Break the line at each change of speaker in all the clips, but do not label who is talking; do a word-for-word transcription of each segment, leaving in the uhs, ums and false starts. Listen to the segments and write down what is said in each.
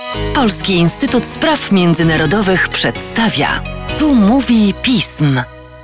Polski Instytut Spraw Międzynarodowych przedstawia. Tu mówi pism.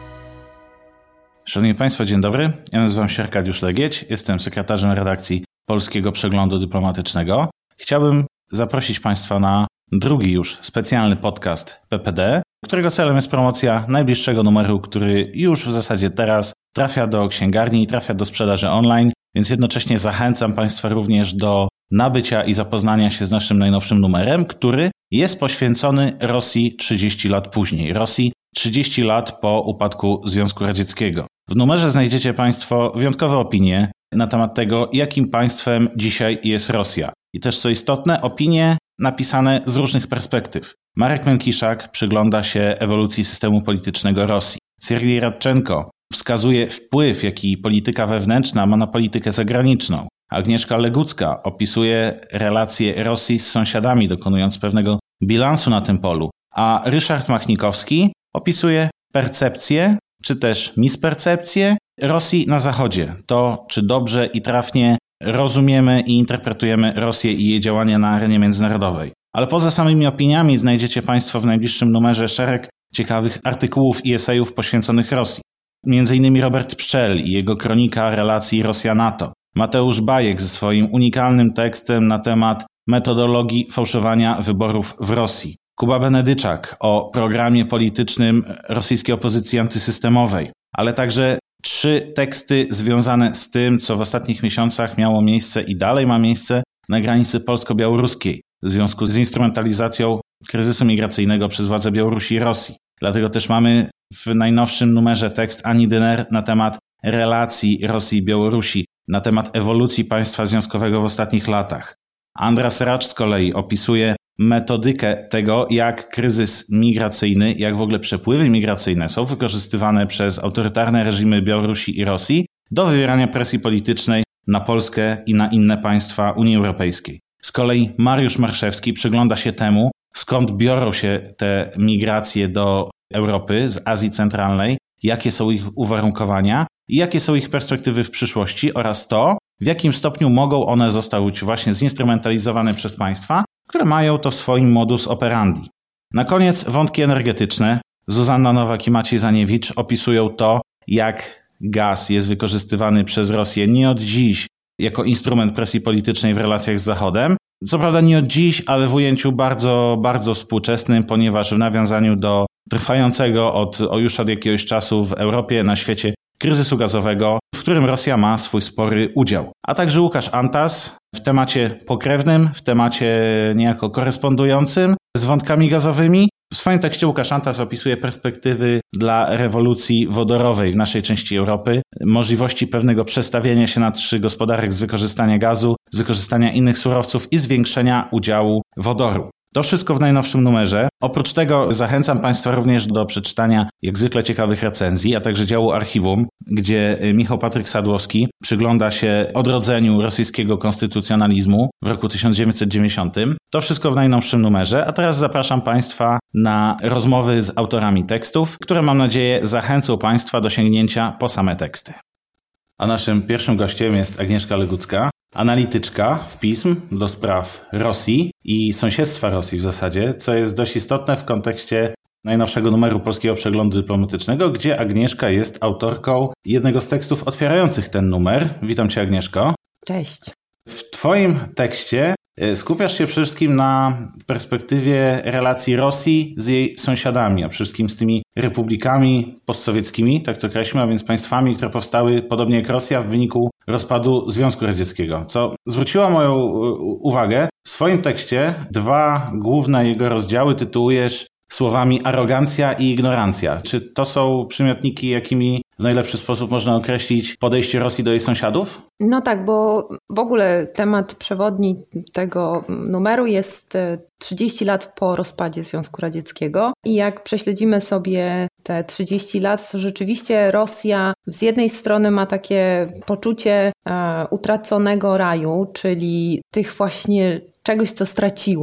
Szanowni Państwo, dzień dobry. Ja nazywam się Arkadiusz Legieć, jestem sekretarzem redakcji Polskiego Przeglądu Dyplomatycznego. Chciałbym zaprosić Państwa na drugi już specjalny podcast P P D, którego celem jest promocja najbliższego numeru, który już w zasadzie teraz trafia do księgarni i trafia do sprzedaży online, więc jednocześnie zachęcam Państwa również do nabycia i zapoznania się z naszym najnowszym numerem, który jest poświęcony Rosji trzydzieści lat później. Rosji trzydzieści lat po upadku Związku Radzieckiego. W numerze znajdziecie Państwo wyjątkowe opinie na temat tego, jakim państwem dzisiaj jest Rosja. I też co istotne, opinie napisane z różnych perspektyw. Marek Mękiszak przygląda się ewolucji systemu politycznego Rosji. Sergiej Radczenko wskazuje wpływ, jaki polityka wewnętrzna ma na politykę zagraniczną. Agnieszka Legucka opisuje relacje Rosji z sąsiadami, dokonując pewnego bilansu na tym polu. A Ryszard Machnikowski opisuje percepcję, czy też mispercepcję Rosji na Zachodzie. To, czy dobrze i trafnie rozumiemy i interpretujemy Rosję i jej działania na arenie międzynarodowej. Ale poza samymi opiniami znajdziecie Państwo w najbliższym numerze szereg ciekawych artykułów i esejów poświęconych Rosji. Między innymi Robert Pszczel i jego kronika relacji Rosja-NATO. Mateusz Bajek ze swoim unikalnym tekstem na temat metodologii fałszowania wyborów w Rosji. Kuba Benedyczak o programie politycznym rosyjskiej opozycji antysystemowej, ale także trzy teksty związane z tym, co w ostatnich miesiącach miało miejsce i dalej ma miejsce na granicy polsko-białoruskiej w związku z instrumentalizacją kryzysu migracyjnego przez władze Białorusi i Rosji. Dlatego też mamy w najnowszym numerze tekst Ani Dyner na temat relacji Rosji i Białorusi, na temat ewolucji państwa związkowego w ostatnich latach. Andras Racz z kolei opisuje metodykę tego, jak kryzys migracyjny, jak w ogóle przepływy migracyjne są wykorzystywane przez autorytarne reżimy Białorusi i Rosji do wywierania presji politycznej na Polskę i na inne państwa Unii Europejskiej. Z kolei Mariusz Marszewski przygląda się temu, skąd biorą się te migracje do Europy z Azji Centralnej, jakie są ich uwarunkowania i jakie są ich perspektywy w przyszłości oraz to, w jakim stopniu mogą one zostać właśnie zinstrumentalizowane przez państwa, które mają to w swoim modus operandi. Na koniec wątki energetyczne. Zuzanna Nowak i Maciej Zaniewicz opisują to, jak gaz jest wykorzystywany przez Rosję nie od dziś jako instrument presji politycznej w relacjach z Zachodem. Co prawda nie od dziś, ale w ujęciu bardzo, bardzo współczesnym, ponieważ w nawiązaniu do trwającego od, już od jakiegoś czasu w Europie, na świecie kryzysu gazowego, w którym Rosja ma swój spory udział. A także Łukasz Antas w temacie pokrewnym, w temacie niejako korespondującym z wątkami gazowymi. W swoim tekście Łukasz Antas opisuje perspektywy dla rewolucji wodorowej w naszej części Europy, możliwości pewnego przestawienia się na trzy gospodarek z wykorzystania gazu, z wykorzystania innych surowców i zwiększenia udziału wodoru. To wszystko w najnowszym numerze. Oprócz tego zachęcam Państwa również do przeczytania jak zwykle ciekawych recenzji, a także działu archiwum, gdzie Michał Patryk Sadłowski przygląda się odrodzeniu rosyjskiego konstytucjonalizmu w roku tysiąc dziewięćset dziewięćdziesiątym. To wszystko w najnowszym numerze, a teraz zapraszam Państwa na rozmowy z autorami tekstów, które mam nadzieję zachęcą Państwa do sięgnięcia po same teksty. A naszym pierwszym gościem jest Agnieszka Legucka, analityczka w pism do spraw Rosji i sąsiedztwa Rosji w zasadzie, co jest dość istotne w kontekście najnowszego numeru Polskiego Przeglądu Dyplomatycznego, gdzie Agnieszka jest autorką jednego z tekstów otwierających ten numer. Witam Cię, Agnieszko.
Cześć.
W Twoim tekście skupiasz się przede wszystkim na perspektywie relacji Rosji z jej sąsiadami, a przede wszystkim z tymi republikami postsowieckimi, tak to określmy, a więc państwami, które powstały podobnie jak Rosja w wyniku rozpadu Związku Radzieckiego. Co zwróciło moją uwagę, w swoim tekście dwa główne jego rozdziały tytułujesz słowami arogancja i ignorancja. Czy to są przymiotniki, jakimi w najlepszy sposób można określić podejście Rosji do jej sąsiadów?
No tak, bo w ogóle temat przewodni tego numeru jest trzydzieści lat po rozpadzie Związku Radzieckiego i jak prześledzimy sobie te trzydzieści lat, to rzeczywiście Rosja z jednej strony ma takie poczucie e, utraconego raju, czyli tych właśnie czegoś, co straciła,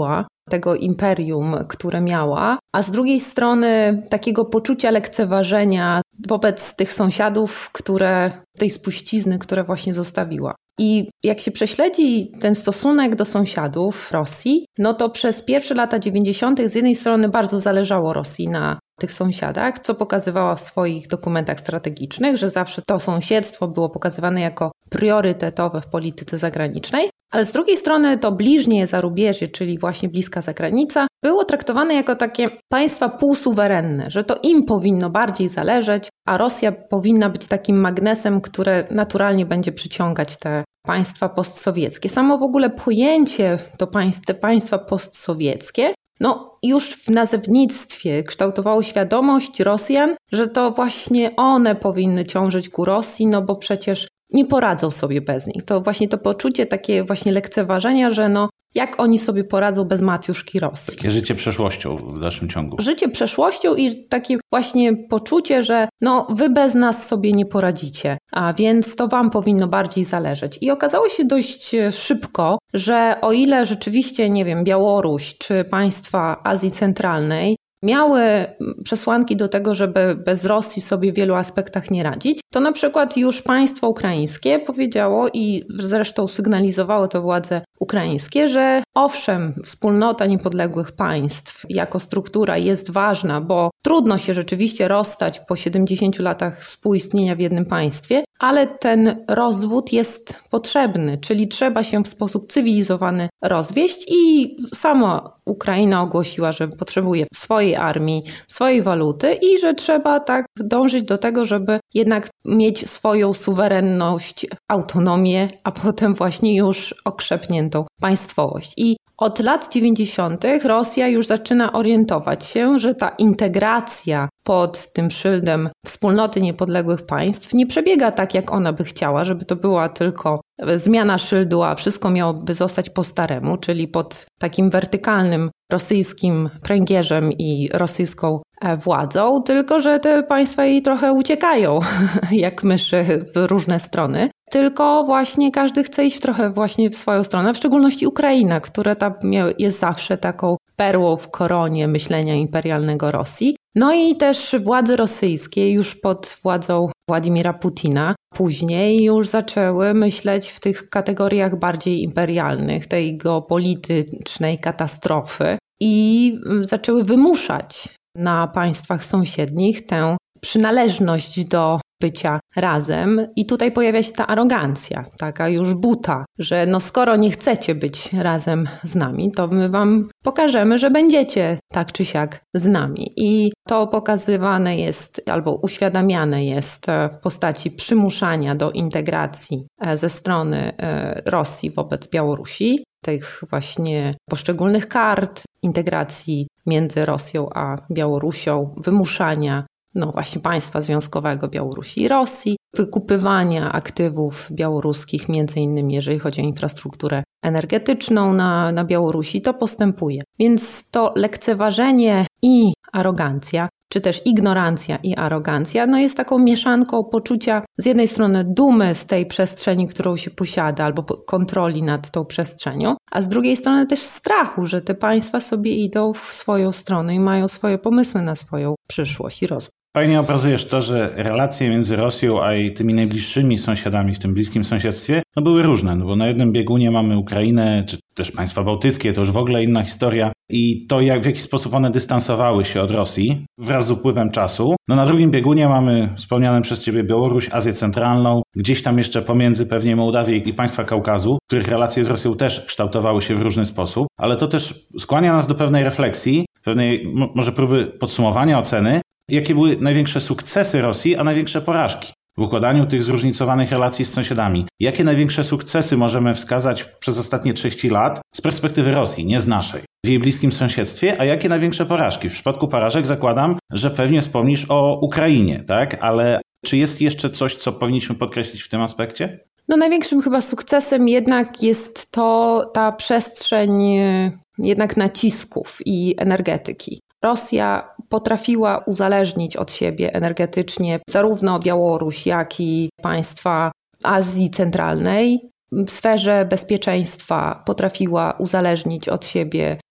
tego imperium, które miała, a z drugiej strony takiego poczucia lekceważenia wobec tych sąsiadów, które, tej spuścizny, które właśnie zostawiła. I jak się prześledzi ten stosunek do sąsiadów Rosji, no to przez pierwsze lata dziewięćdziesiąte z jednej strony bardzo zależało Rosji na tych sąsiadach, co pokazywała w swoich dokumentach strategicznych, że zawsze to sąsiedztwo było pokazywane jako priorytetowe w polityce zagranicznej, ale z drugiej strony to bliźnie zarubieże, czyli właśnie bliska zagranica, było traktowane jako takie państwa półsuwerenne, że to im powinno bardziej zależeć, a Rosja powinna być takim magnesem, które naturalnie będzie przyciągać te państwa postsowieckie. Samo w ogóle pojęcie to państw, te państwa postsowieckie no już w nazewnictwie kształtowało świadomość Rosjan, że to właśnie one powinny ciążyć ku Rosji, no bo przecież nie poradzą sobie bez nich. To właśnie to poczucie takie właśnie lekceważenia, że no jak oni sobie poradzą bez Matiuszki Rosji.
Takie życie przeszłością w dalszym ciągu.
Życie przeszłością i takie właśnie poczucie, że no wy bez nas sobie nie poradzicie, a więc to wam powinno bardziej zależeć. I okazało się dość szybko, że o ile rzeczywiście, nie wiem, Białoruś czy państwa Azji Centralnej miały przesłanki do tego, żeby bez Rosji sobie w wielu aspektach nie radzić, to na przykład już państwo ukraińskie powiedziało i zresztą sygnalizowały to władze ukraińskie, że owszem, wspólnota niepodległych państw jako struktura jest ważna, bo trudno się rzeczywiście rozstać po siedemdziesięciu latach współistnienia w jednym państwie, ale ten rozwód jest potrzebny, czyli trzeba się w sposób cywilizowany rozwieść i sama Ukraina ogłosiła, że potrzebuje swojej armii, swojej waluty i że trzeba tak dążyć do tego, żeby jednak mieć swoją suwerenność, autonomię, a potem właśnie już okrzepniętą państwowość. I od lat dziewięćdziesiątych Rosja już zaczyna orientować się, że ta integracja pod tym szyldem wspólnoty niepodległych państw nie przebiega tak, jak ona by chciała, żeby to była tylko zmiana szyldu, a wszystko miałoby zostać po staremu, czyli pod takim wertykalnym rosyjskim pręgierzem i rosyjską władzą, tylko że te państwa jej trochę uciekają jak myszy w różne strony. Tylko właśnie każdy chce iść trochę właśnie w swoją stronę, w szczególności Ukraina, która tam jest zawsze taką perłą w koronie myślenia imperialnego Rosji. No i też władze rosyjskie już pod władzą Władimira Putina później już zaczęły myśleć w tych kategoriach bardziej imperialnych, tej geopolitycznej katastrofy i zaczęły wymuszać na państwach sąsiednich tę przynależność do bycia razem i tutaj pojawia się ta arogancja, taka już buta, że no skoro nie chcecie być razem z nami, to my wam pokażemy, że będziecie tak czy siak z nami. I to pokazywane jest albo uświadamiane jest w postaci przymuszania do integracji ze strony Rosji wobec Białorusi, tych właśnie poszczególnych kart integracji między Rosją a Białorusią, wymuszania no właśnie państwa związkowego Białorusi i Rosji, wykupywania aktywów białoruskich, między innymi jeżeli chodzi o infrastrukturę energetyczną na, na Białorusi, to postępuje. Więc to lekceważenie i arogancja, czy też ignorancja i arogancja, no jest taką mieszanką poczucia z jednej strony dumy z tej przestrzeni, którą się posiada, albo kontroli nad tą przestrzenią, a z drugiej strony też strachu, że te państwa sobie idą w swoją stronę i mają swoje pomysły na swoją przyszłość i rozwój.
Fajnie obrazujesz to, że relacje między Rosją a jej tymi najbliższymi sąsiadami w tym bliskim sąsiedztwie no były różne, no bo na jednym biegunie mamy Ukrainę, czy też państwa bałtyckie, to już w ogóle inna historia i to jak w jaki sposób one dystansowały się od Rosji wraz z upływem czasu. No na drugim biegunie mamy wspomnianą przez Ciebie Białoruś, Azję Centralną, gdzieś tam jeszcze pomiędzy pewnie Mołdawię i państwa Kaukazu, których relacje z Rosją też kształtowały się w różny sposób, ale to też skłania nas do pewnej refleksji, pewnej może próby podsumowania, oceny, jakie były największe sukcesy Rosji, a największe porażki w układaniu tych zróżnicowanych relacji z sąsiadami. Jakie największe sukcesy możemy wskazać przez ostatnie trzydzieści lat z perspektywy Rosji, nie z naszej, w jej bliskim sąsiedztwie, a jakie największe porażki? W przypadku porażek zakładam, że pewnie wspomnisz o Ukrainie, tak? Ale czy jest jeszcze coś, co powinniśmy podkreślić w tym aspekcie?
No największym chyba sukcesem jednak jest to ta przestrzeń jednak nacisków i energetyki. Rosja potrafiła uzależnić od siebie energetycznie zarówno Białoruś, jak i państwa Azji Centralnej. W sferze bezpieczeństwa potrafiła uzależnić od siebie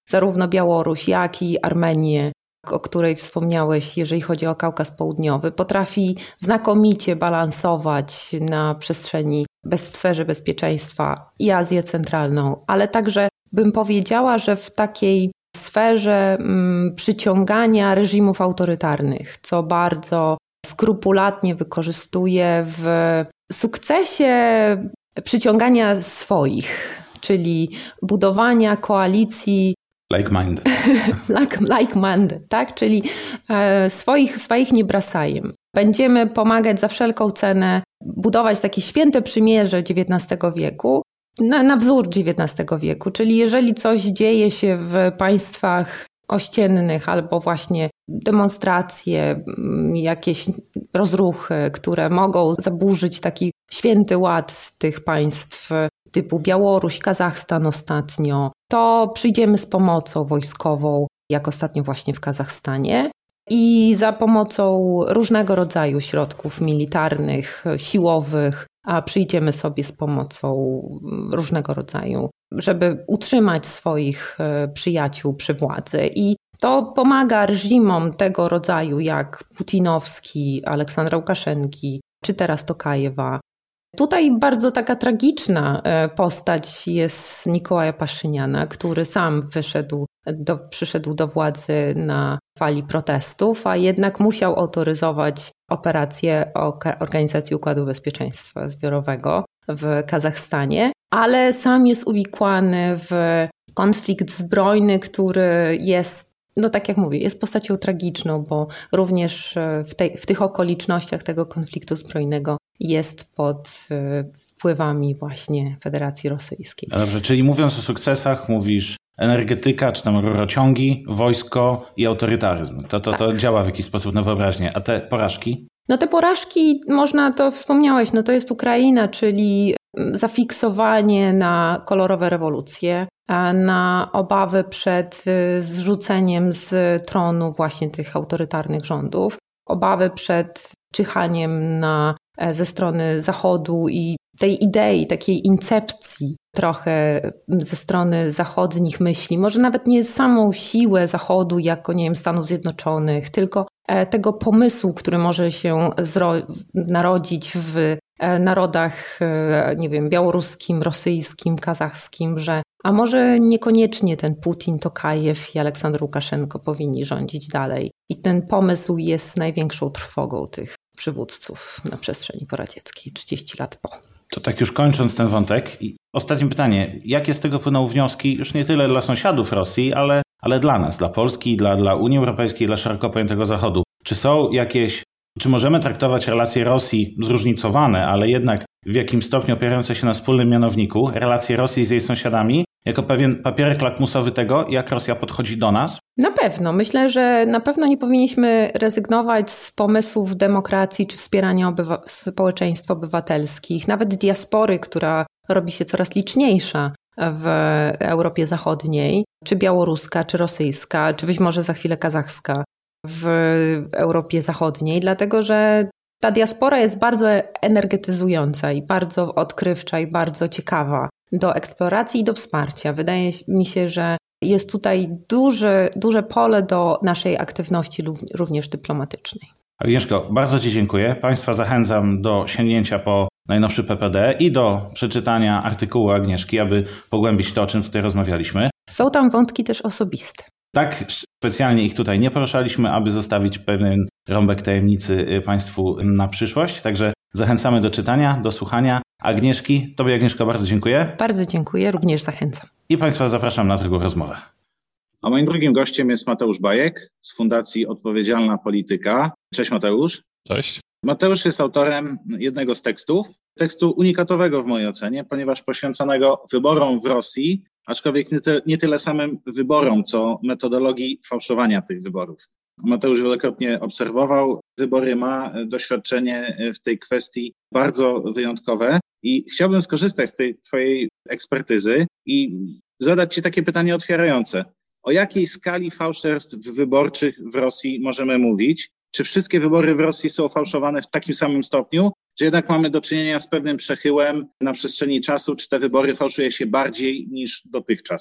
zarówno Białoruś, jak i Armenię, o której wspomniałeś, jeżeli chodzi o Kaukaz Południowy, potrafi znakomicie balansować na przestrzeni bez, w sferze bezpieczeństwa i Azję Centralną, ale także bym powiedziała, że w takiej sferze mm, przyciągania reżimów autorytarnych, co bardzo skrupulatnie wykorzystuje w sukcesie przyciągania swoich, czyli budowania koalicji
like-minded.
like, like-minded, tak? Czyli e, swoich, swoich nie brasajem. Będziemy pomagać za wszelką cenę budować takie święte przymierze dziewiętnastego wieku, na, na wzór dziewiętnastego wieku. Czyli jeżeli coś dzieje się w państwach ościennych albo właśnie demonstracje, jakieś rozruchy, które mogą zaburzyć taki święty ład tych państw typu Białoruś, Kazachstan ostatnio, to przyjdziemy z pomocą wojskową, jak ostatnio właśnie w Kazachstanie, i za pomocą różnego rodzaju środków militarnych, siłowych, a przyjdziemy sobie z pomocą różnego rodzaju, żeby utrzymać swoich przyjaciół przy władzy. I to pomaga reżimom tego rodzaju jak putinowski, Aleksandra Łukaszenki, czy teraz Tokajewa. Tutaj bardzo taka tragiczna postać jest Nikołaja Paszyniana, który sam wyszedł do, przyszedł do władzy na fali protestów, a jednak musiał autoryzować operację Organizacji Układu Bezpieczeństwa Zbiorowego w Kazachstanie, ale sam jest uwikłany w konflikt zbrojny, który jest, no tak jak mówię, jest postacią tragiczną, bo również w, tej, w tych okolicznościach tego konfliktu zbrojnego jest pod wpływami właśnie Federacji Rosyjskiej.
Dobrze, czyli mówiąc o sukcesach, mówisz energetyka, czy tam rurociągi, wojsko i autorytaryzm. To, to, tak. to działa w jakiś sposób na wyobraźnię. A te porażki?
No te porażki, można, to wspomniałeś, no to jest Ukraina, czyli zafiksowanie na kolorowe rewolucje, na obawy przed zrzuceniem z tronu właśnie tych autorytarnych rządów, obawy przed czyhaniem na, ze strony Zachodu i tej idei, takiej incepcji trochę ze strony zachodnich myśli, może nawet nie samą siłę Zachodu jako, nie wiem, Stanów Zjednoczonych, tylko tego pomysłu, który może się zro- narodzić w narodach, nie wiem, białoruskim, rosyjskim, kazachskim, że a może niekoniecznie ten Putin, Tokajew i Aleksandr Łukaszenko powinni rządzić dalej. I ten pomysł jest największą trwogą tych przywódców na przestrzeni poradzieckiej, trzydzieści lat po.
To tak już kończąc ten wątek, i ostatnie pytanie. Jakie z tego płyną wnioski, już nie tyle dla sąsiadów Rosji, ale, ale dla nas, dla Polski, dla, dla Unii Europejskiej, dla szeroko pojętego Zachodu? Czy są jakieś, czy możemy traktować relacje Rosji zróżnicowane, ale jednak w jakim stopniu opierające się na wspólnym mianowniku, relacje Rosji z jej sąsiadami, jako pewien papierek lakmusowy tego, jak Rosja podchodzi do nas?
Na pewno. Myślę, że na pewno nie powinniśmy rezygnować z pomysłów demokracji czy wspierania obywa- społeczeństw obywatelskich, nawet diaspory, która robi się coraz liczniejsza w Europie Zachodniej, czy białoruska, czy rosyjska, czy być może za chwilę kazachska w Europie Zachodniej, dlatego że ta diaspora jest bardzo energetyzująca i bardzo odkrywcza i bardzo ciekawa do eksploracji i do wsparcia. Wydaje mi się, że jest tutaj duże, duże pole do naszej aktywności również dyplomatycznej.
Agnieszko, bardzo Ci dziękuję. Państwa zachęcam do sięgnięcia po najnowszy P P D i do przeczytania artykułu Agnieszki, aby pogłębić to, o czym tutaj rozmawialiśmy.
Są tam wątki też osobiste.
Tak, specjalnie ich tutaj nie poruszaliśmy, aby zostawić pewien rąbek tajemnicy Państwu na przyszłość. Także zachęcamy do czytania, do słuchania. Agnieszki, Tobie Agnieszko bardzo dziękuję.
Bardzo dziękuję, również zachęcam.
I Państwa zapraszam na drugą rozmowę. A moim drugim gościem jest Mateusz Bajek z Fundacji Odpowiedzialna Polityka. Cześć Mateusz.
Cześć.
Mateusz jest autorem jednego z tekstów, tekstu unikatowego w mojej ocenie, ponieważ poświęconego wyborom w Rosji, aczkolwiek nie, ty, nie tyle samym wyborom, co metodologii fałszowania tych wyborów. Mateusz wielokrotnie obserwował wybory, ma doświadczenie w tej kwestii bardzo wyjątkowe i chciałbym skorzystać z tej twojej ekspertyzy i zadać ci takie pytanie otwierające. O jakiej skali fałszerstw wyborczych w Rosji możemy mówić? Czy wszystkie wybory w Rosji są fałszowane w takim samym stopniu? Czy jednak mamy do czynienia z pewnym przechyłem na przestrzeni czasu? Czy te wybory fałszuje się bardziej niż dotychczas?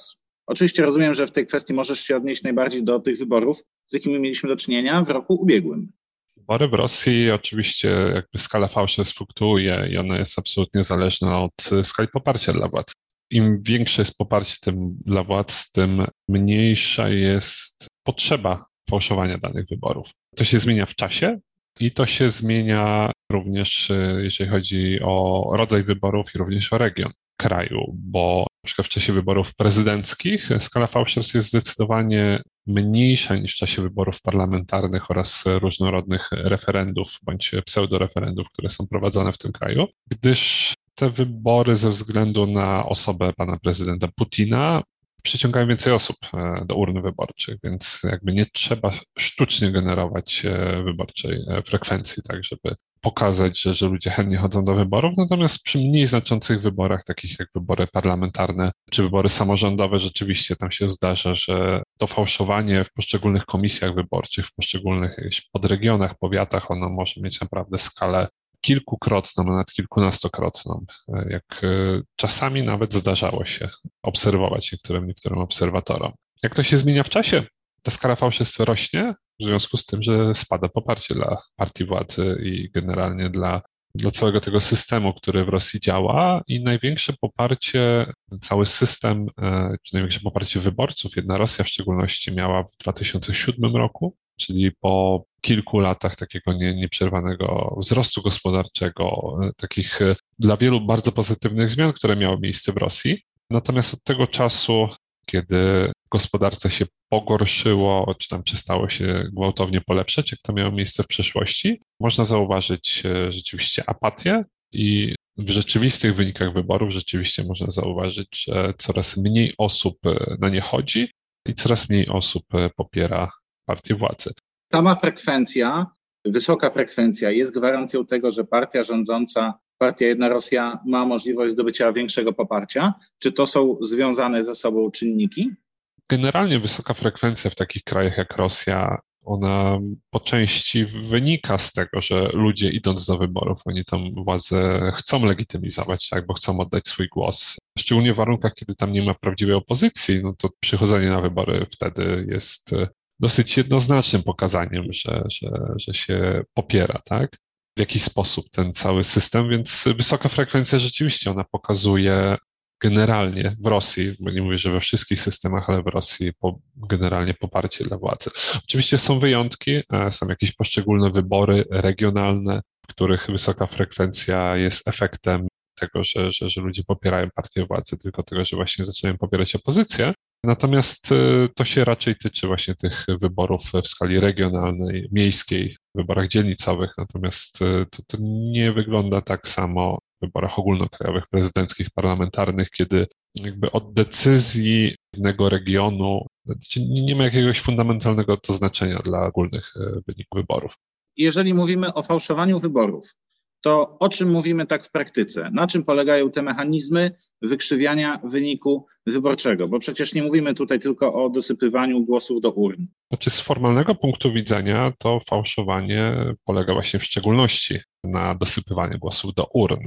Oczywiście rozumiem, że w tej kwestii możesz się odnieść najbardziej do tych wyborów, z jakimi mieliśmy do czynienia w roku ubiegłym.
Wybory w Rosji oczywiście jakby skala fałszerstw fluktuuje i ona jest absolutnie zależna od skali poparcia dla władz. Im większe jest poparcie tym dla władz, tym mniejsza jest potrzeba fałszowania danych wyborów. To się zmienia w czasie i to się zmienia również, jeżeli chodzi o rodzaj wyborów i również o region kraju, bo na przykład w czasie wyborów prezydenckich skala fałszerstw jest zdecydowanie mniejsza niż w czasie wyborów parlamentarnych oraz różnorodnych referendów bądź pseudoreferendów, które są prowadzone w tym kraju, gdyż te wybory ze względu na osobę pana prezydenta Putina przyciągają więcej osób do urn wyborczych, więc jakby nie trzeba sztucznie generować wyborczej frekwencji, tak żeby pokazać, że, że ludzie chętnie chodzą do wyborów, natomiast przy mniej znaczących wyborach, takich jak wybory parlamentarne czy wybory samorządowe, rzeczywiście tam się zdarza, że to fałszowanie w poszczególnych komisjach wyborczych, w poszczególnych podregionach, powiatach, ono może mieć naprawdę skalę kilkukrotną, a nawet kilkunastokrotną, jak czasami nawet zdarzało się obserwować niektórym, niektórym obserwatorom. Jak to się zmienia w czasie? Ta skala fałszerstw rośnie w związku z tym, że spada poparcie dla partii władzy i generalnie dla, dla całego tego systemu, który w Rosji działa i największe poparcie, cały system, czy największe poparcie wyborców, jedna Rosja w szczególności miała w dwa tysiące siódmym roku, czyli po kilku latach takiego nie, nieprzerwanego wzrostu gospodarczego, takich dla wielu bardzo pozytywnych zmian, które miały miejsce w Rosji. Natomiast od tego czasu, kiedy gospodarce się pogorszyło, czy tam przestało się gwałtownie polepszać, jak to miało miejsce w przeszłości, można zauważyć rzeczywiście apatię i w rzeczywistych wynikach wyborów rzeczywiście można zauważyć, że coraz mniej osób na nie chodzi i coraz mniej osób popiera partię władzy.
Sama frekwencja, wysoka frekwencja jest gwarancją tego, że partia rządząca, partia Jedna Rosja ma możliwość zdobycia większego poparcia? Czy to są związane ze sobą czynniki?
Generalnie wysoka frekwencja w takich krajach jak Rosja, ona po części wynika z tego, że ludzie idąc do wyborów, oni tą władzę chcą legitymizować, tak, bo chcą oddać swój głos. Szczególnie w warunkach, kiedy tam nie ma prawdziwej opozycji, no to przychodzenie na wybory wtedy jest dosyć jednoznacznym pokazaniem, że, że, że się popiera, tak? W jakiś sposób ten cały system, więc wysoka frekwencja rzeczywiście ona pokazuje generalnie w Rosji, bo nie mówię, że we wszystkich systemach, ale w Rosji po, generalnie poparcie dla władzy. Oczywiście są wyjątki, są jakieś poszczególne wybory regionalne, w których wysoka frekwencja jest efektem tego, że, że, że ludzie popierają partię władzy, tylko tego, że właśnie zaczynają popierać opozycję. Natomiast to się raczej tyczy właśnie tych wyborów w skali regionalnej, miejskiej, w wyborach dzielnicowych, natomiast to, to nie wygląda tak samo w wyborach ogólnokrajowych, prezydenckich, parlamentarnych, kiedy jakby od decyzji pewnego regionu nie ma jakiegoś fundamentalnego to znaczenia dla ogólnych wyników wyborów.
Jeżeli mówimy o fałszowaniu wyborów, to o czym mówimy tak w praktyce? Na czym polegają te mechanizmy wykrzywiania wyniku wyborczego? Bo przecież nie mówimy tutaj tylko o dosypywaniu głosów do urn.
Znaczy z formalnego punktu widzenia to fałszowanie polega właśnie w szczególności na dosypywaniu głosów do urn.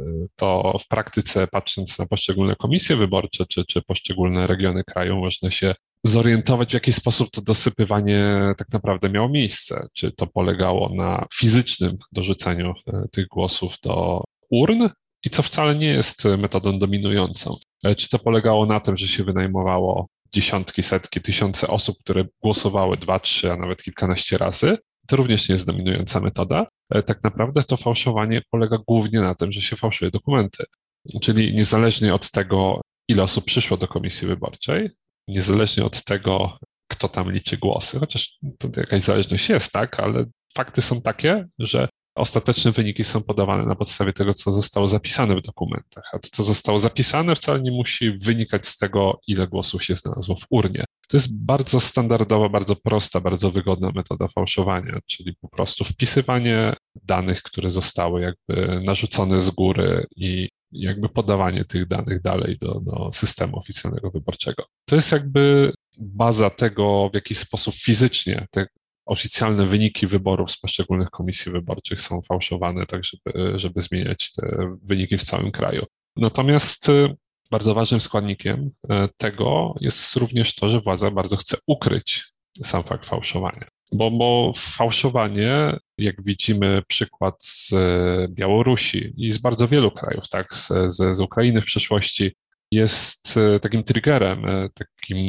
To w praktyce, patrząc na poszczególne komisje wyborcze czy, czy poszczególne regiony kraju, można się zorientować, w jaki sposób to dosypywanie tak naprawdę miało miejsce. Czy to polegało na fizycznym dorzuceniu tych głosów do urn i co wcale nie jest metodą dominującą. Czy to polegało na tym, że się wynajmowało dziesiątki, setki, tysiące osób, które głosowały dwa, trzy, a nawet kilkanaście razy. To również nie jest dominująca metoda. Tak naprawdę to fałszowanie polega głównie na tym, że się fałszuje dokumenty. Czyli niezależnie od tego, ile osób przyszło do komisji wyborczej, niezależnie od tego, kto tam liczy głosy, chociaż to jakaś zależność jest, tak, ale fakty są takie, że ostateczne wyniki są podawane na podstawie tego, co zostało zapisane w dokumentach, a to, co zostało zapisane, wcale nie musi wynikać z tego, ile głosów się znalazło w urnie. To jest bardzo standardowa, bardzo prosta, bardzo wygodna metoda fałszowania, czyli po prostu wpisywanie danych, które zostały jakby narzucone z góry i jakby podawanie tych danych dalej do, do systemu oficjalnego wyborczego. To jest jakby baza tego, w jaki sposób fizycznie te oficjalne wyniki wyborów z poszczególnych komisji wyborczych są fałszowane, tak żeby, żeby zmieniać te wyniki w całym kraju. Natomiast bardzo ważnym składnikiem tego jest również to, że władza bardzo chce ukryć sam fakt fałszowania. Bo, bo fałszowanie, jak widzimy przykład z Białorusi i z bardzo wielu krajów, tak, z, z, z Ukrainy w przeszłości, jest takim triggerem, takim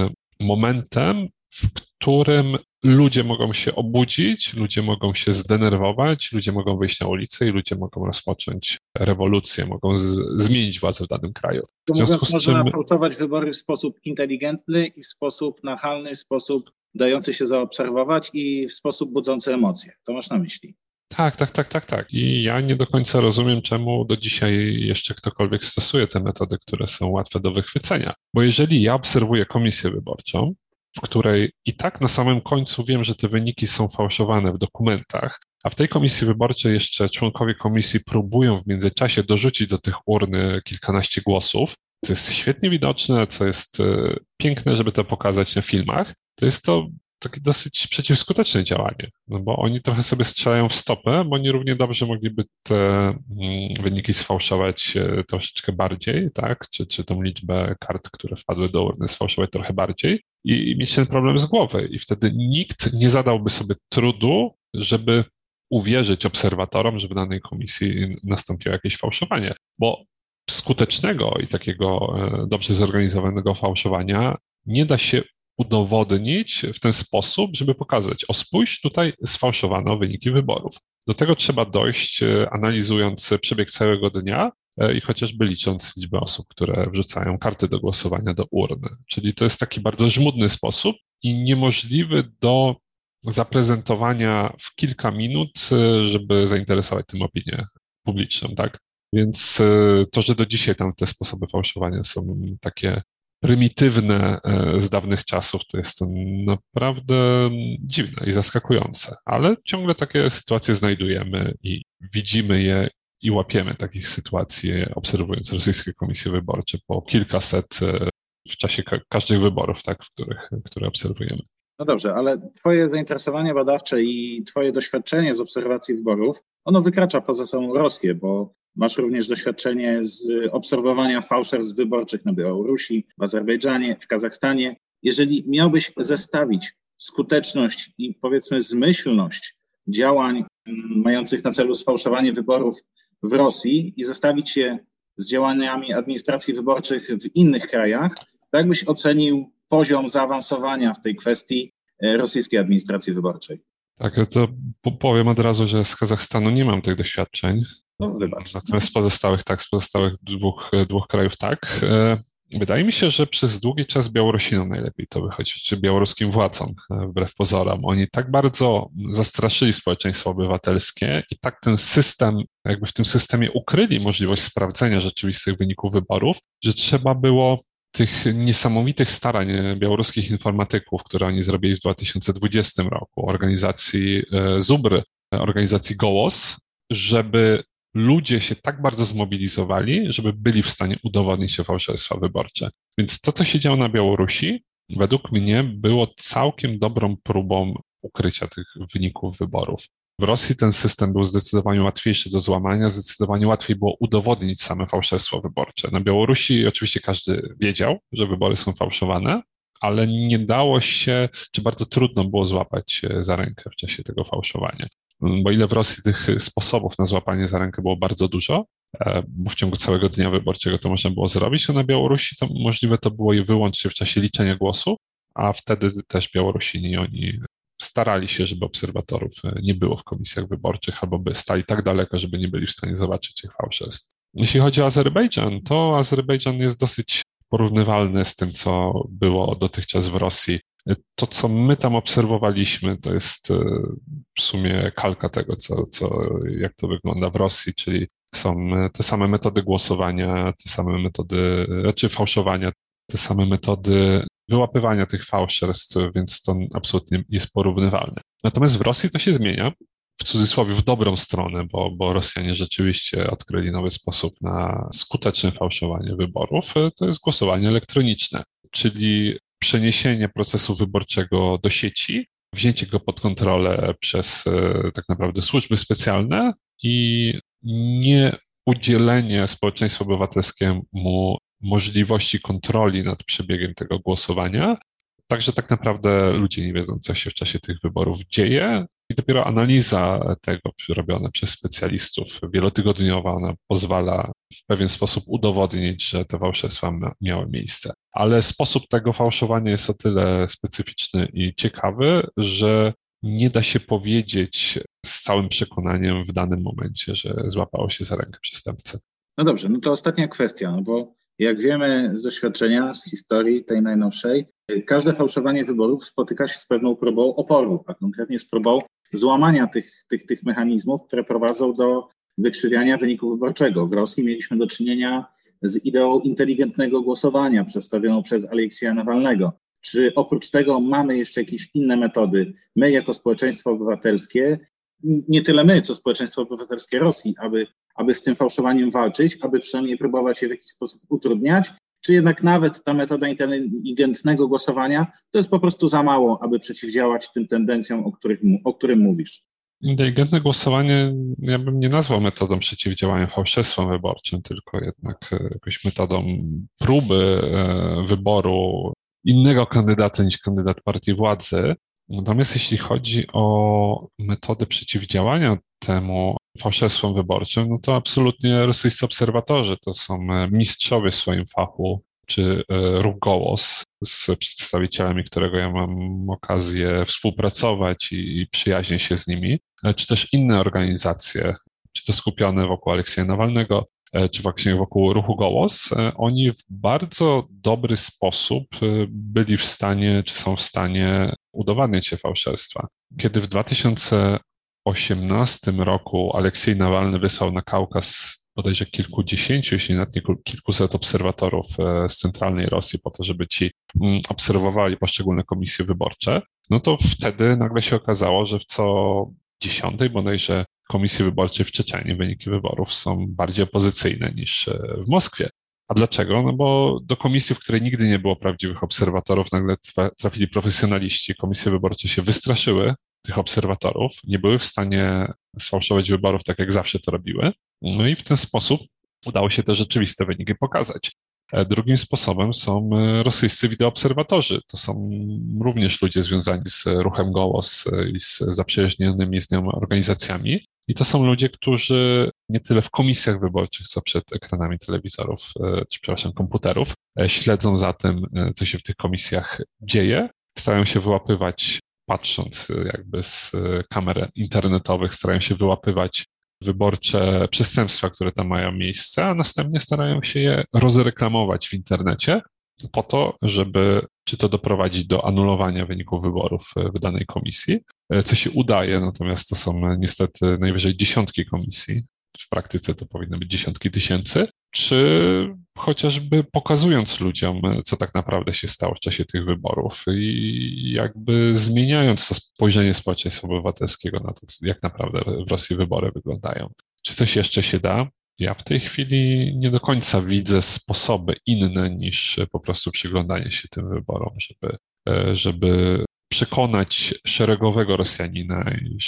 momentem, w którym ludzie mogą się obudzić, ludzie mogą się zdenerwować, ludzie mogą wyjść na ulicę i ludzie mogą rozpocząć rewolucję, mogą z, zmienić władzę w danym kraju.
W związku z czym można fałszować wybory w sposób inteligentny i w sposób nachalny, w sposób dający się zaobserwować i w sposób budzący emocje. To masz na myśli?
Tak, tak, tak, tak, tak. I ja nie do końca rozumiem, czemu do dzisiaj jeszcze ktokolwiek stosuje te metody, które są łatwe do wychwycenia. Bo jeżeli ja obserwuję komisję wyborczą, w której i tak na samym końcu wiem, że te wyniki są fałszowane w dokumentach, a w tej komisji wyborczej jeszcze członkowie komisji próbują w międzyczasie dorzucić do tych urny kilkanaście głosów, co jest świetnie widoczne, co jest piękne, żeby to pokazać na filmach, to jest to takie dosyć przeciwskuteczne działanie, no bo oni trochę sobie strzelają w stopę, bo oni równie dobrze mogliby te wyniki sfałszować troszeczkę bardziej, tak, czy, czy tą liczbę kart, które wpadły do urny sfałszować trochę bardziej i, i mieć ten problem z głowy i wtedy nikt nie zadałby sobie trudu, żeby uwierzyć obserwatorom, że w danej komisji nastąpiło jakieś fałszowanie, bo skutecznego i takiego dobrze zorganizowanego fałszowania nie da się udowodnić w ten sposób, żeby pokazać, o spójrz, tutaj sfałszowano wyniki wyborów. Do tego trzeba dojść, analizując przebieg całego dnia i chociażby licząc liczbę osób, które wrzucają karty do głosowania do urny. Czyli to jest taki bardzo żmudny sposób i niemożliwy do zaprezentowania w kilka minut, żeby zainteresować tym opinię publiczną, tak? Więc to, że do dzisiaj tam te sposoby fałszowania są takie prymitywne z dawnych czasów, to jest to naprawdę dziwne i zaskakujące, ale ciągle takie sytuacje znajdujemy i widzimy je i łapiemy takich sytuacji, obserwując rosyjskie komisje wyborcze po kilkaset w czasie ka- każdych wyborów, tak, w których, które obserwujemy.
No dobrze, ale twoje zainteresowanie badawcze i twoje doświadczenie z obserwacji wyborów, ono wykracza poza samą Rosję, bo masz również doświadczenie z obserwowania fałszerstw wyborczych na Białorusi, w Azerbejdżanie, w Kazachstanie. Jeżeli miałbyś zestawić skuteczność i powiedzmy zmyślność działań mających na celu sfałszowanie wyborów w Rosji i zestawić je z działaniami administracji wyborczych w innych krajach, to jak byś ocenił poziom zaawansowania w tej kwestii rosyjskiej administracji wyborczej?
Tak, to powiem od razu, że z Kazachstanu nie mam tych doświadczeń.
No, wybacz.
Natomiast z pozostałych, tak, z pozostałych dwóch, dwóch krajów tak. Wydaje mi się, że przez długi czas Białorusinom najlepiej to wychodzi, czy białoruskim władzom, wbrew pozorom. Oni tak bardzo zastraszyli społeczeństwo obywatelskie i tak ten system, jakby w tym systemie ukryli możliwość sprawdzenia rzeczywistych wyników wyborów, że trzeba było tych niesamowitych starań białoruskich informatyków, które oni zrobili w dwa tysiące dwudziestym roku, organizacji Zubr, organizacji Gołos, żeby ludzie się tak bardzo zmobilizowali, żeby byli w stanie udowodnić te fałszerstwa wyborcze. Więc to, co się działo na Białorusi, według mnie było całkiem dobrą próbą ukrycia tych wyników wyborów. W Rosji ten system był zdecydowanie łatwiejszy do złamania, zdecydowanie łatwiej było udowodnić same fałszerstwo wyborcze. Na Białorusi oczywiście każdy wiedział, że wybory są fałszowane, ale nie dało się, czy bardzo trudno było złapać za rękę w czasie tego fałszowania. Bo ile w Rosji tych sposobów na złapanie za rękę było bardzo dużo, bo w ciągu całego dnia wyborczego to można było zrobić, a na Białorusi to możliwe to było wyłącznie w czasie liczenia głosów, a wtedy też Białorusini, oni starali się, żeby obserwatorów nie było w komisjach wyborczych albo by stali tak daleko, żeby nie byli w stanie zobaczyć tych fałszerstw. Jeśli chodzi o Azerbejdżan, to Azerbejdżan jest dosyć porównywalny z tym, co było dotychczas w Rosji. To, co my tam obserwowaliśmy, to jest w sumie kalka tego, co, co, jak to wygląda w Rosji, czyli są te same metody głosowania, te same metody, znaczy fałszowania, te same metody wyłapywania tych fałszerstw, więc to absolutnie jest porównywalne. Natomiast w Rosji to się zmienia, w cudzysłowie w dobrą stronę, bo, bo Rosjanie rzeczywiście odkryli nowy sposób na skuteczne fałszowanie wyborów, to jest głosowanie elektroniczne, czyli przeniesienie procesu wyborczego do sieci, wzięcie go pod kontrolę przez tak naprawdę służby specjalne i nie udzielenie społeczeństwu obywatelskiemu możliwości kontroli nad przebiegiem tego głosowania. Także tak naprawdę ludzie nie wiedzą, co się w czasie tych wyborów dzieje i dopiero analiza tego robiona przez specjalistów wielotygodniowa, ona pozwala w pewien sposób udowodnić, że te fałszerstwa miały miejsce. Ale sposób tego fałszowania jest o tyle specyficzny i ciekawy, że nie da się powiedzieć z całym przekonaniem w danym momencie, że złapało się za rękę przestępcę.
No dobrze, no to ostatnia kwestia, no bo jak wiemy z doświadczenia, z historii tej najnowszej, każde fałszowanie wyborów spotyka się z pewną próbą oporu, a konkretnie z próbą złamania tych, tych, tych mechanizmów, które prowadzą do wykrzywiania wyniku wyborczego. W Rosji mieliśmy do czynienia z ideą inteligentnego głosowania przedstawioną przez Aleksieja Nawalnego. Czy oprócz tego mamy jeszcze jakieś inne metody, my jako społeczeństwo obywatelskie, nie tyle my, co społeczeństwo obywatelskie Rosji, aby, aby z tym fałszowaniem walczyć, aby przynajmniej próbować je w jakiś sposób utrudniać, czy jednak nawet ta metoda inteligentnego głosowania to jest po prostu za mało, aby przeciwdziałać tym tendencjom, o których, o którym mówisz?
Inteligentne głosowanie ja bym nie nazwał metodą przeciwdziałania fałszerstwom wyborczym, tylko jednak jakąś metodą próby wyboru innego kandydata niż kandydat partii władzy. Natomiast jeśli chodzi o metody przeciwdziałania temu fałszerstwom wyborczym, no to absolutnie rosyjscy obserwatorzy to są mistrzowie w swoim fachu, czy ruch Gołos, z przedstawicielami którego ja mam okazję współpracować i, i przyjaźnię się z nimi, czy też inne organizacje, czy to skupione wokół Aleksieja Nawalnego, czy właśnie wokół ruchu Gołos, oni w bardzo dobry sposób byli w stanie, czy są w stanie udowadniać się fałszerstwa. Kiedy w dwa tysiące osiemnastym roku Aleksiej Nawalny wysłał na Kaukaz bodajże kilkudziesięciu, jeśli nawet nie kilkuset obserwatorów z centralnej Rosji po to, żeby ci obserwowali poszczególne komisje wyborcze, no to wtedy nagle się okazało, że w co dziesiątej bodajże komisji wyborczej w Czeczenii wyniki wyborów są bardziej opozycyjne niż w Moskwie. A dlaczego? No bo do komisji, w której nigdy nie było prawdziwych obserwatorów, nagle trafili profesjonaliści, komisje wyborcze się wystraszyły tych obserwatorów, nie były w stanie sfałszować wyborów tak jak zawsze to robiły. No i w ten sposób udało się te rzeczywiste wyniki pokazać. Drugim sposobem są rosyjscy wideoobserwatorzy. To są również ludzie związani z ruchem Gołos i z zaprzyjaźnionymi z nią organizacjami. I to są ludzie, którzy nie tyle w komisjach wyborczych, co przed ekranami telewizorów, czy przepraszam, komputerów, śledzą za tym, co się w tych komisjach dzieje. Starają się wyłapywać, patrząc jakby z kamer internetowych, starają się wyłapywać wyborcze przestępstwa, które tam mają miejsce, a następnie starają się je rozreklamować w internecie po to, żeby czy to doprowadzić do anulowania wyników wyborów w danej komisji, co się udaje, natomiast to są niestety najwyżej dziesiątki komisji, w praktyce to powinno być dziesiątki tysięcy, czy chociażby pokazując ludziom, co tak naprawdę się stało w czasie tych wyborów i jakby zmieniając to spojrzenie społeczeństwa obywatelskiego na to, jak naprawdę w Rosji wybory wyglądają. Czy coś jeszcze się da? Ja w tej chwili nie do końca widzę sposoby inne niż po prostu przyglądanie się tym wyborom, żeby, żeby przekonać szeregowego Rosjanina i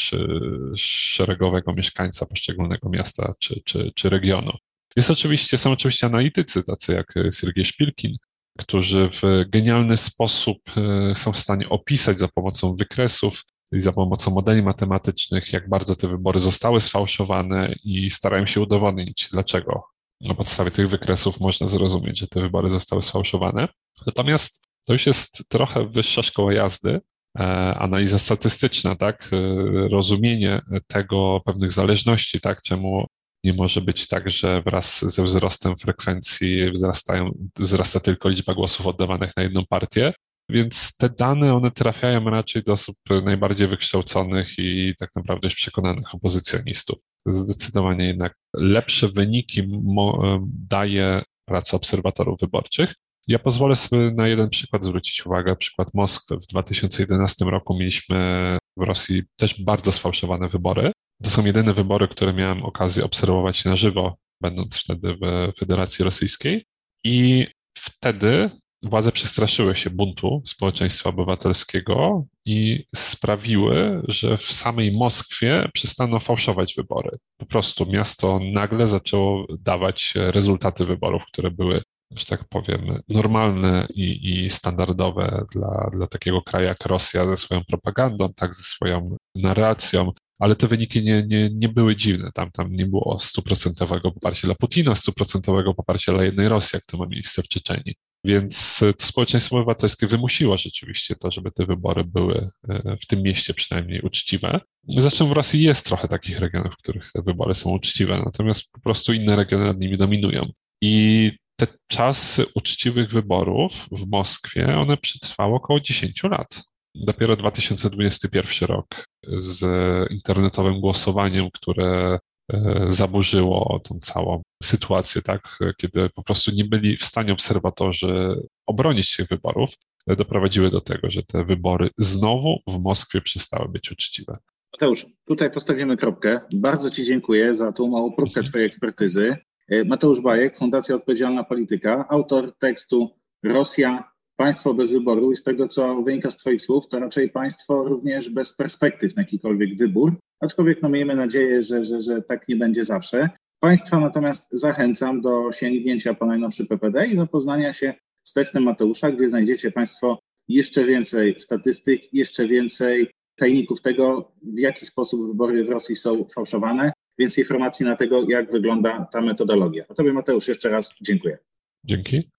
szeregowego mieszkańca poszczególnego miasta czy, czy, czy regionu. Jest oczywiście, są oczywiście analitycy, tacy jak Sergiej Szpilkin, którzy w genialny sposób są w stanie opisać za pomocą wykresów i za pomocą modeli matematycznych, jak bardzo te wybory zostały sfałszowane i starają się udowodnić, dlaczego. Na podstawie tych wykresów można zrozumieć, że te wybory zostały sfałszowane. Natomiast to już jest trochę wyższa szkoła jazdy, analiza statystyczna, tak, rozumienie tego, pewnych zależności, tak, czemu nie może być tak, że wraz ze wzrostem frekwencji wzrastają, wzrasta tylko liczba głosów oddawanych na jedną partię, więc te dane, one trafiają raczej do osób najbardziej wykształconych i tak naprawdę już przekonanych opozycjonistów. Zdecydowanie jednak lepsze wyniki mo- daje praca obserwatorów wyborczych. Ja pozwolę sobie na jeden przykład zwrócić uwagę, przykład Moskwy. W dwa tysiące jedenastym roku mieliśmy w Rosji też bardzo sfałszowane wybory. To są jedyne wybory, które miałem okazję obserwować na żywo, będąc wtedy w Federacji Rosyjskiej. I wtedy władze przestraszyły się buntu społeczeństwa obywatelskiego i sprawiły, że w samej Moskwie przestano fałszować wybory. Po prostu miasto nagle zaczęło dawać rezultaty wyborów, które były że tak powiem, normalne i, i standardowe dla, dla takiego kraju jak Rosja ze swoją propagandą, tak, ze swoją narracją, ale te wyniki nie, nie, nie były dziwne. Tam, tam nie było stuprocentowego poparcia dla Putina, stuprocentowego poparcia dla jednej Rosji, jak to ma miejsce w Czeczenii. Więc to społeczeństwo obywatelskie wymusiło rzeczywiście to, żeby te wybory były w tym mieście przynajmniej uczciwe. Zresztą w Rosji jest trochę takich regionów, w których te wybory są uczciwe, natomiast po prostu inne regiony nad nimi dominują. I te czasy uczciwych wyborów w Moskwie, one przetrwały około dziesięć lat. Dopiero dwa tysiące dwudziesty pierwszy rok z internetowym głosowaniem, które zaburzyło tą całą sytuację, tak, kiedy po prostu nie byli w stanie obserwatorzy obronić tych wyborów, doprowadziły do tego, że te wybory znowu w Moskwie przestały być uczciwe.
Mateusz, tutaj postawimy kropkę. Bardzo Ci dziękuję za tą małą próbkę Twojej ekspertyzy. Mateusz Bajek, Fundacja Odpowiedzialna Polityka, autor tekstu Rosja, państwo bez wyboru i z tego, co wynika z Twoich słów, to raczej państwo również bez perspektyw na jakikolwiek wybór, aczkolwiek no, miejmy nadzieję, że, że, że tak nie będzie zawsze. Państwa natomiast zachęcam do sięgnięcia po najnowszy P P D i zapoznania się z tekstem Mateusza, gdzie znajdziecie Państwo jeszcze więcej statystyk, jeszcze więcej tajników tego, w jaki sposób wybory w Rosji są fałszowane, więcej informacji na tego, jak wygląda ta metodologia. A Tobie, Mateusz, jeszcze raz dziękuję.
Dzięki.